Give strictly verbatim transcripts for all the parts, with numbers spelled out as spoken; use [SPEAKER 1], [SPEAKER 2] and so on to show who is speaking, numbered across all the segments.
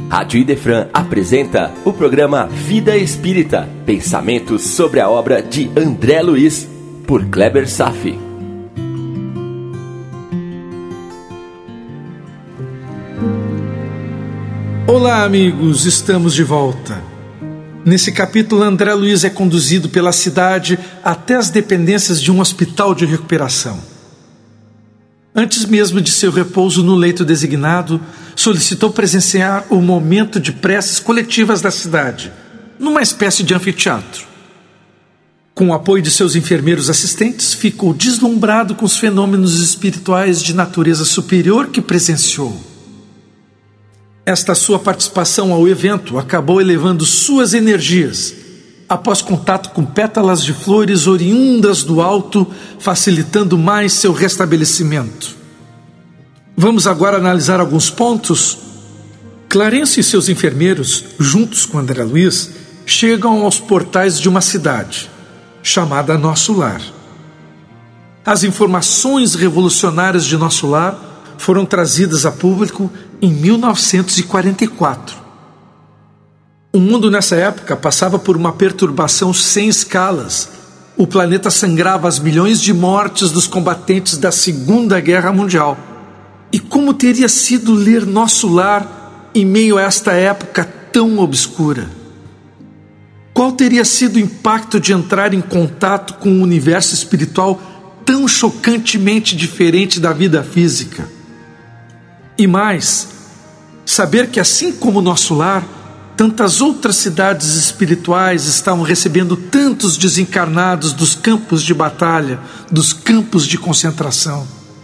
[SPEAKER 1] Rádio Idefran apresenta o programa Vida Espírita, pensamentos sobre a obra de André Luiz, por Kleber Safi.
[SPEAKER 2] Olá amigos, estamos de volta. Nesse capítulo, André Luiz é conduzido pela cidade até as dependências de um hospital de recuperação. Antes mesmo de seu repouso no leito designado, solicitou presenciar o momento de preces coletivas da cidade, numa espécie de anfiteatro. Com o apoio de seus enfermeiros assistentes, ficou deslumbrado com os fenômenos espirituais de natureza superior que presenciou. Esta sua participação ao evento acabou elevando suas energias, após contato com pétalas de flores oriundas do alto, facilitando mais seu restabelecimento. Vamos agora analisar alguns pontos. Clarencio e seus enfermeiros, juntos com André Luiz, chegam aos portais de uma cidade, chamada Nosso Lar. As informações revolucionárias de Nosso Lar foram trazidas a público em mil novecentos e quarenta e quatro. O mundo nessa época passava por uma perturbação sem escalas. O planeta sangrava as milhões de mortes dos combatentes da Segunda Guerra Mundial. E como teria sido ler Nosso Lar em meio a esta época tão obscura? Qual teria sido o impacto de entrar em contato com um universo espiritual tão chocantemente diferente da vida física? E mais, saber que assim como Nosso Lar, tantas outras cidades espirituais estavam recebendo tantos desencarnados dos campos de batalha, dos campos de concentração.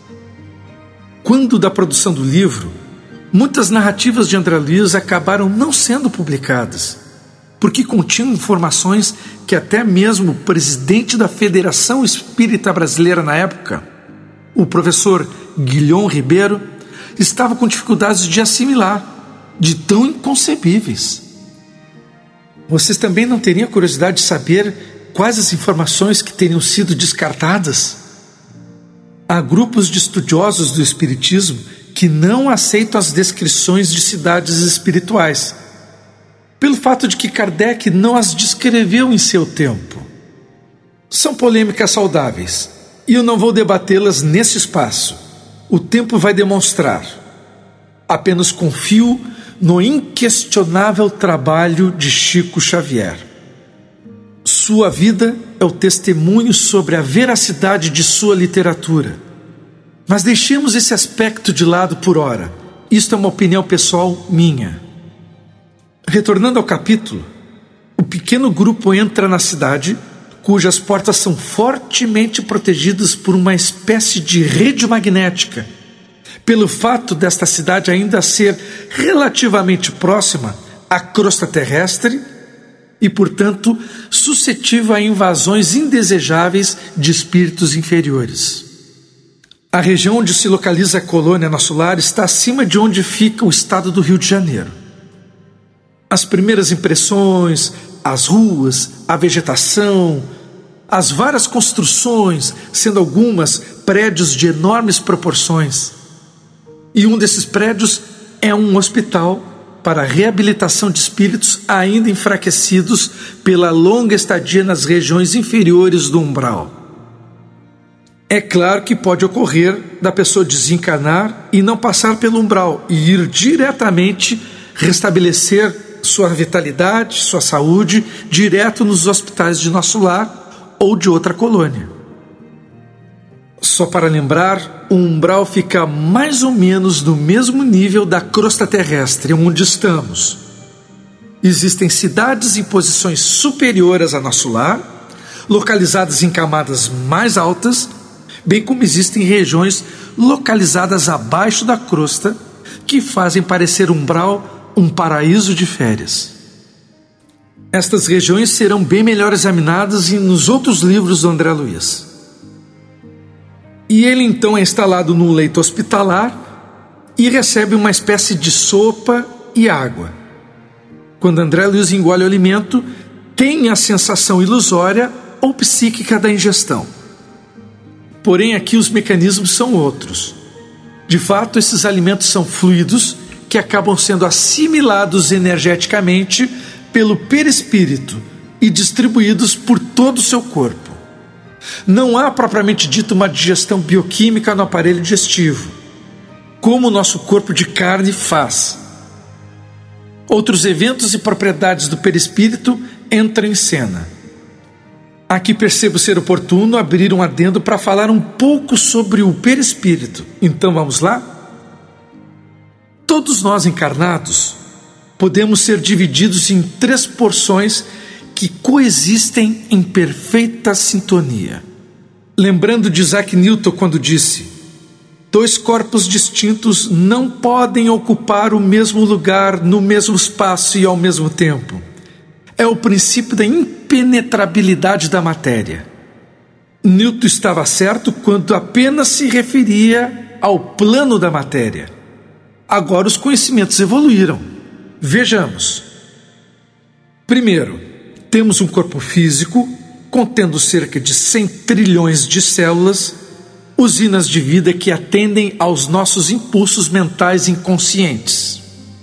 [SPEAKER 2] Quando da produção do livro, muitas narrativas de André Luiz acabaram não sendo publicadas, porque continham informações que até mesmo o presidente da Federação Espírita Brasileira na época, o professor Guilhom Ribeiro, estava com dificuldades de assimilar, de tão inconcebíveis. Vocês também não teriam curiosidade de saber quais as informações que teriam sido descartadas? Há grupos de estudiosos do Espiritismo que não aceitam as descrições de cidades espirituais, pelo fato de que Kardec não as descreveu em seu tempo. São polêmicas saudáveis, e eu não vou debatê-las nesse espaço. O tempo vai demonstrar. Apenas confio no inquestionável trabalho de Chico Xavier. Sua vida é o testemunho sobre a veracidade de sua literatura. Mas deixemos esse aspecto de lado por ora. Isto é uma opinião pessoal minha. Retornando ao capítulo, o pequeno grupo entra na cidade, cujas portas são fortemente protegidas por uma espécie de rede magnética, pelo fato desta cidade ainda ser relativamente próxima à crosta terrestre e, portanto, suscetível a invasões indesejáveis de espíritos inferiores. A região onde se localiza a colônia Nosso Lar está acima de onde fica o estado do Rio de Janeiro. As primeiras impressões, as ruas, a vegetação, as várias construções, sendo algumas prédios de enormes proporções. E um desses prédios é um hospital para a reabilitação de espíritos ainda enfraquecidos pela longa estadia nas regiões inferiores do umbral. É claro que pode ocorrer da pessoa desencarnar e não passar pelo umbral e ir diretamente restabelecer sua vitalidade, sua saúde, direto nos hospitais de Nosso Lar ou de outra colônia. Só para lembrar, o umbral fica mais ou menos no mesmo nível da crosta terrestre onde estamos. Existem cidades em posições superiores a Nosso Lar, localizadas em camadas mais altas, bem como existem regiões localizadas abaixo da crosta que fazem parecer o umbral um paraíso de férias. Estas regiões serão bem melhor examinadas nos outros livros do André Luiz. E ele então é instalado num leito hospitalar e recebe uma espécie de sopa e água. Quando André Luiz engole o alimento, tem a sensação ilusória ou psíquica da ingestão. Porém, aqui os mecanismos são outros. De fato, esses alimentos são fluidos que que acabam sendo assimilados energeticamente pelo perispírito e distribuídos por todo o seu corpo. Não há propriamente dito uma digestão bioquímica no aparelho digestivo, como o nosso corpo de carne faz. Outros eventos e propriedades do perispírito entram em cena. Aqui percebo ser oportuno abrir um adendo para falar um pouco sobre o perispírito. Então vamos lá? Todos nós encarnados podemos ser divididos em três porções que coexistem em perfeita sintonia. Lembrando de Isaac Newton quando disse: dois corpos distintos não podem ocupar o mesmo lugar no mesmo espaço e ao mesmo tempo. É o princípio da impenetrabilidade da matéria. Newton estava certo quando apenas se referia ao plano da matéria. Agora os conhecimentos evoluíram. Vejamos. Primeiro, temos um corpo físico contendo cerca de cem trilhões de células, usinas de vida que atendem aos nossos impulsos mentais inconscientes.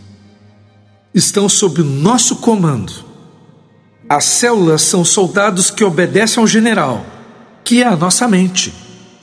[SPEAKER 2] Estão sob o nosso comando. As células são soldados que obedecem ao general, que é a nossa mente.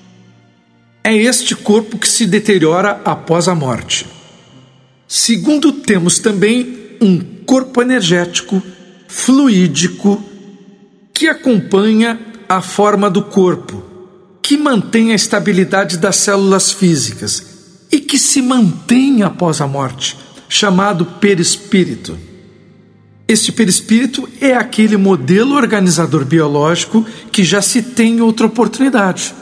[SPEAKER 2] É este corpo que se deteriora após a morte. Segundo, temos também um corpo energético, fluídico, que acompanha a forma do corpo, que mantém a estabilidade das células físicas e que se mantém após a morte, chamado perispírito. Este perispírito é aquele modelo organizador biológico que já se tem em outra oportunidade.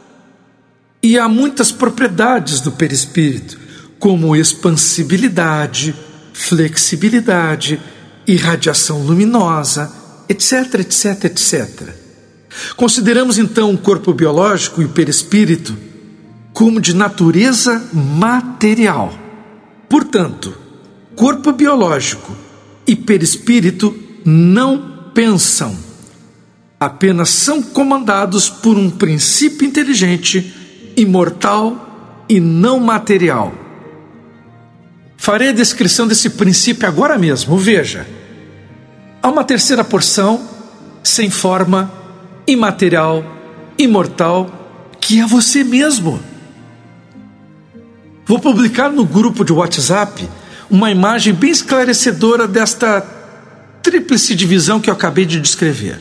[SPEAKER 2] E há muitas propriedades do perispírito, como expansibilidade, flexibilidade, irradiação luminosa, etc, etc, etcétera. Consideramos então o corpo biológico e o perispírito como de natureza material. Portanto, corpo biológico e perispírito não pensam, apenas são comandados por um princípio inteligente, imortal e não material. Farei a descrição desse princípio agora mesmo. Veja, há uma terceira porção sem forma, imaterial, imortal, que é você mesmo. Vou publicar no grupo de WhatsApp uma imagem bem esclarecedora desta tríplice divisão que eu acabei de descrever.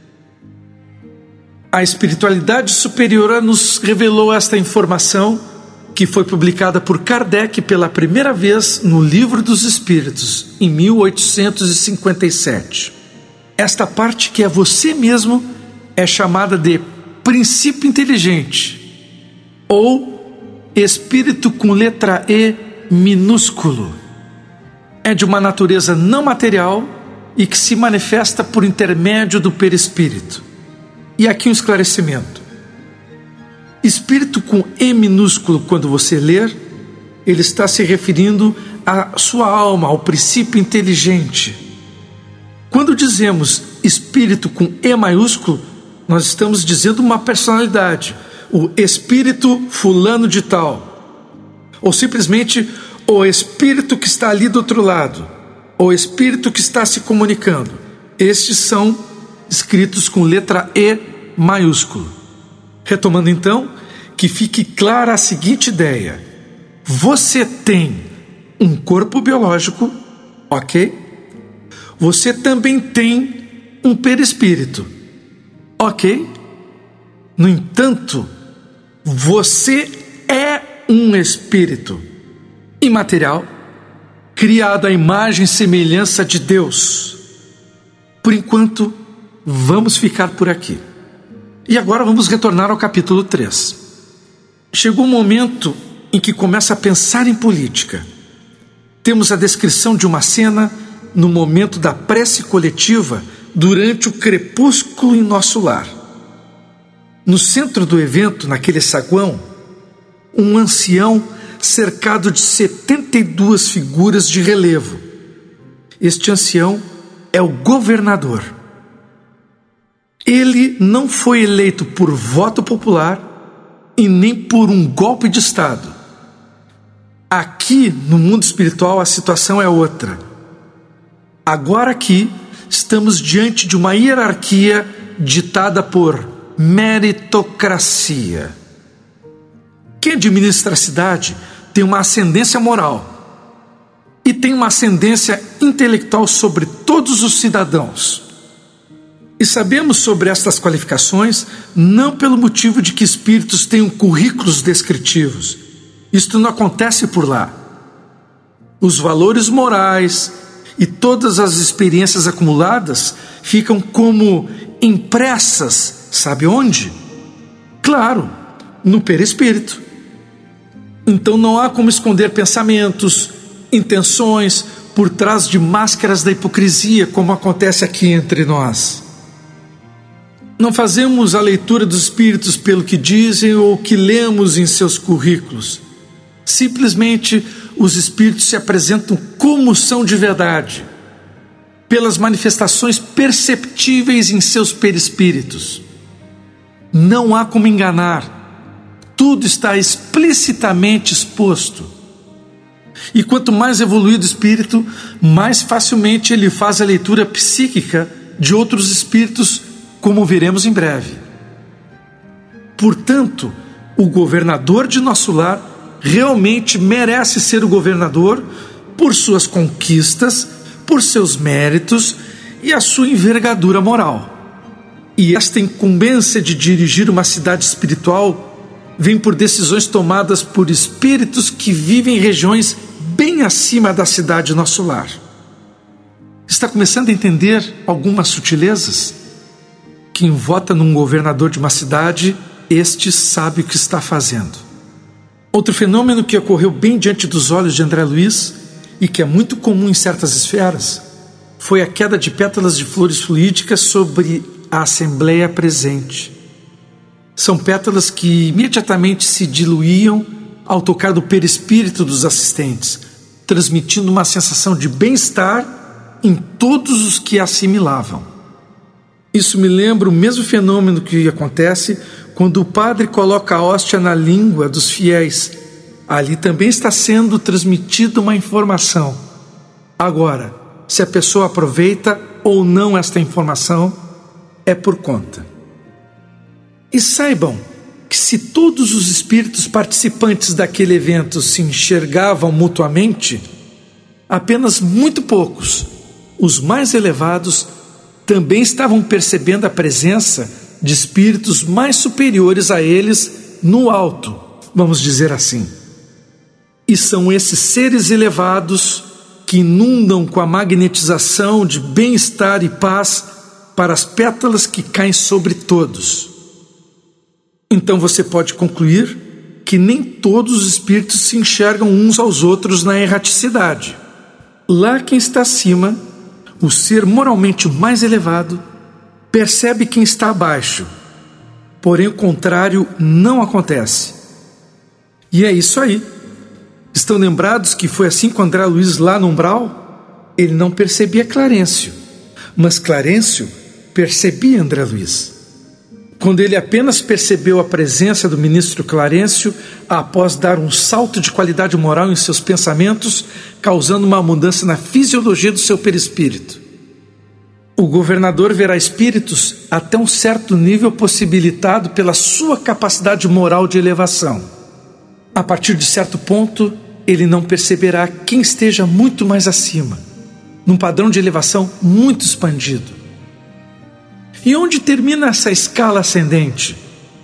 [SPEAKER 2] A espiritualidade superior nos revelou esta informação, que foi publicada por Kardec pela primeira vez no Livro dos Espíritos, em mil oitocentos e cinquenta e sete. Esta parte que é você mesmo é chamada de princípio inteligente, ou espírito com letra E minúsculo. É de uma natureza não material e que se manifesta por intermédio do perispírito. E aqui um esclarecimento. Espírito com E minúsculo, quando você ler, ele está se referindo à sua alma, ao princípio inteligente. Quando dizemos espírito com E maiúsculo, nós estamos dizendo uma personalidade, o espírito fulano de tal, ou simplesmente o espírito que está ali do outro lado, o espírito que está se comunicando. Estes são escritos com letra E maiúsculo. Retomando então, que fique clara a seguinte ideia: você tem um corpo biológico, ok? Você também tem um perispírito, ok? No entanto, você é um espírito imaterial, criado à imagem e semelhança de Deus. Por enquanto, vamos ficar por aqui. E agora vamos retornar ao capítulo três. Chegou um momento em que começa a pensar em política. Temos a descrição de uma cena no momento da prece coletiva durante o crepúsculo em nosso lar. No centro do evento, naquele saguão, um ancião cercado de setenta e duas figuras de relevo. Este ancião é o governador. Ele não foi eleito por voto popular e nem por um golpe de Estado. Aqui, no mundo espiritual, a situação é outra. Agora aqui, estamos diante de uma hierarquia ditada por meritocracia. Quem administra a cidade tem uma ascendência moral e tem uma ascendência intelectual sobre todos os cidadãos. E sabemos sobre estas qualificações não pelo motivo de que espíritos tenham currículos descritivos. Isto não acontece por lá. Os valores morais e todas as experiências acumuladas ficam como impressas, sabe onde? Claro, no perispírito. Então não há como esconder pensamentos, intenções por trás de máscaras da hipocrisia, como acontece aqui entre nós. Não fazemos a leitura dos espíritos pelo que dizem ou que lemos em seus currículos. Simplesmente os espíritos se apresentam como são de verdade, pelas manifestações perceptíveis em seus perispíritos. Não há como enganar. Tudo está explicitamente exposto. E quanto mais evoluído o espírito, mais facilmente ele faz a leitura psíquica de outros espíritos, como veremos em breve. Portanto, o governador de nosso lar realmente merece ser o governador por suas conquistas, por seus méritos e a sua envergadura moral. E esta incumbência de dirigir uma cidade espiritual vem por decisões tomadas por espíritos que vivem em regiões bem acima da cidade nosso lar. Está começando a entender algumas sutilezas? Quem vota num governador de uma cidade, este sabe o que está fazendo. Outro fenômeno que ocorreu bem diante dos olhos de André Luiz e que é muito comum em certas esferas foi a queda de pétalas de flores fluídicas sobre a assembleia presente. São pétalas que imediatamente se diluíam ao tocar do perispírito dos assistentes, transmitindo uma sensação de bem-estar em todos os que assimilavam. Isso me lembra o mesmo fenômeno que acontece quando o padre coloca a hóstia na língua dos fiéis. Ali também está sendo transmitida uma informação. Agora, se a pessoa aproveita ou não esta informação, é por conta. E saibam que se todos os espíritos participantes daquele evento se enxergavam mutuamente, apenas muito poucos, os mais elevados, também estavam percebendo a presença de espíritos mais superiores a eles no alto, vamos dizer assim. E são esses seres elevados que inundam com a magnetização de bem-estar e paz para as pétalas que caem sobre todos. Então você pode concluir que nem todos os espíritos se enxergam uns aos outros na erraticidade. Lá quem está acima, o ser moralmente mais elevado, percebe quem está abaixo, porém o contrário não acontece. E é isso aí. Estão lembrados que foi assim com André Luiz lá no umbral? Ele não percebia Clarencio, mas Clarencio percebia André Luiz. Quando ele apenas percebeu a presença do ministro Clarencio, após dar um salto de qualidade moral em seus pensamentos, causando uma mudança na fisiologia do seu perispírito. O governador verá espíritos até um certo nível possibilitado pela sua capacidade moral de elevação. A partir de certo ponto, ele não perceberá quem esteja muito mais acima, num padrão de elevação muito expandido. E onde termina essa escala ascendente?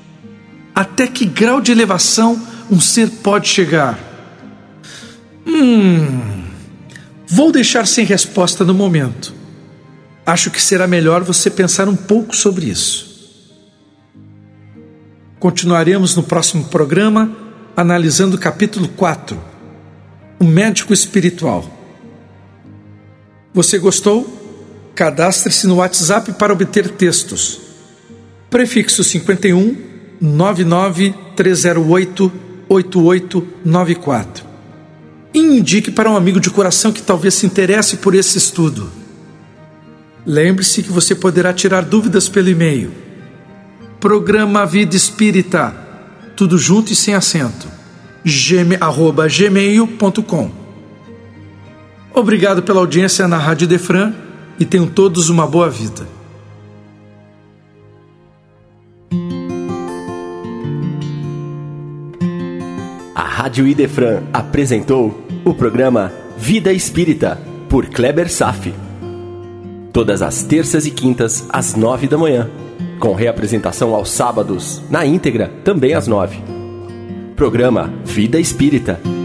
[SPEAKER 2] Até que grau de elevação um ser pode chegar? Hum, vou deixar sem resposta no momento. Acho que será melhor você pensar um pouco sobre isso. Continuaremos no próximo programa analisando o capítulo quatro, o médico espiritual. Você gostou? Cadastre-se no WhatsApp para obter textos. Prefixo cinquenta e um, nove nove três zero oito, oito oito nove quatro. E indique para um amigo de coração que talvez se interesse por esse estudo. Lembre-se que você poderá tirar dúvidas pelo e-mail. Programa Vida Espírita, tudo junto e sem acento, arroba gmail ponto com. Obrigado pela audiência na Rádio Idefran e tenham todos uma boa vida.
[SPEAKER 1] A Rádio Idefran apresentou o programa Vida Espírita, por Kleber Safi. Todas as terças e quintas, às nove da manhã. Com reapresentação aos sábados, na íntegra, também às nove. Programa Vida Espírita.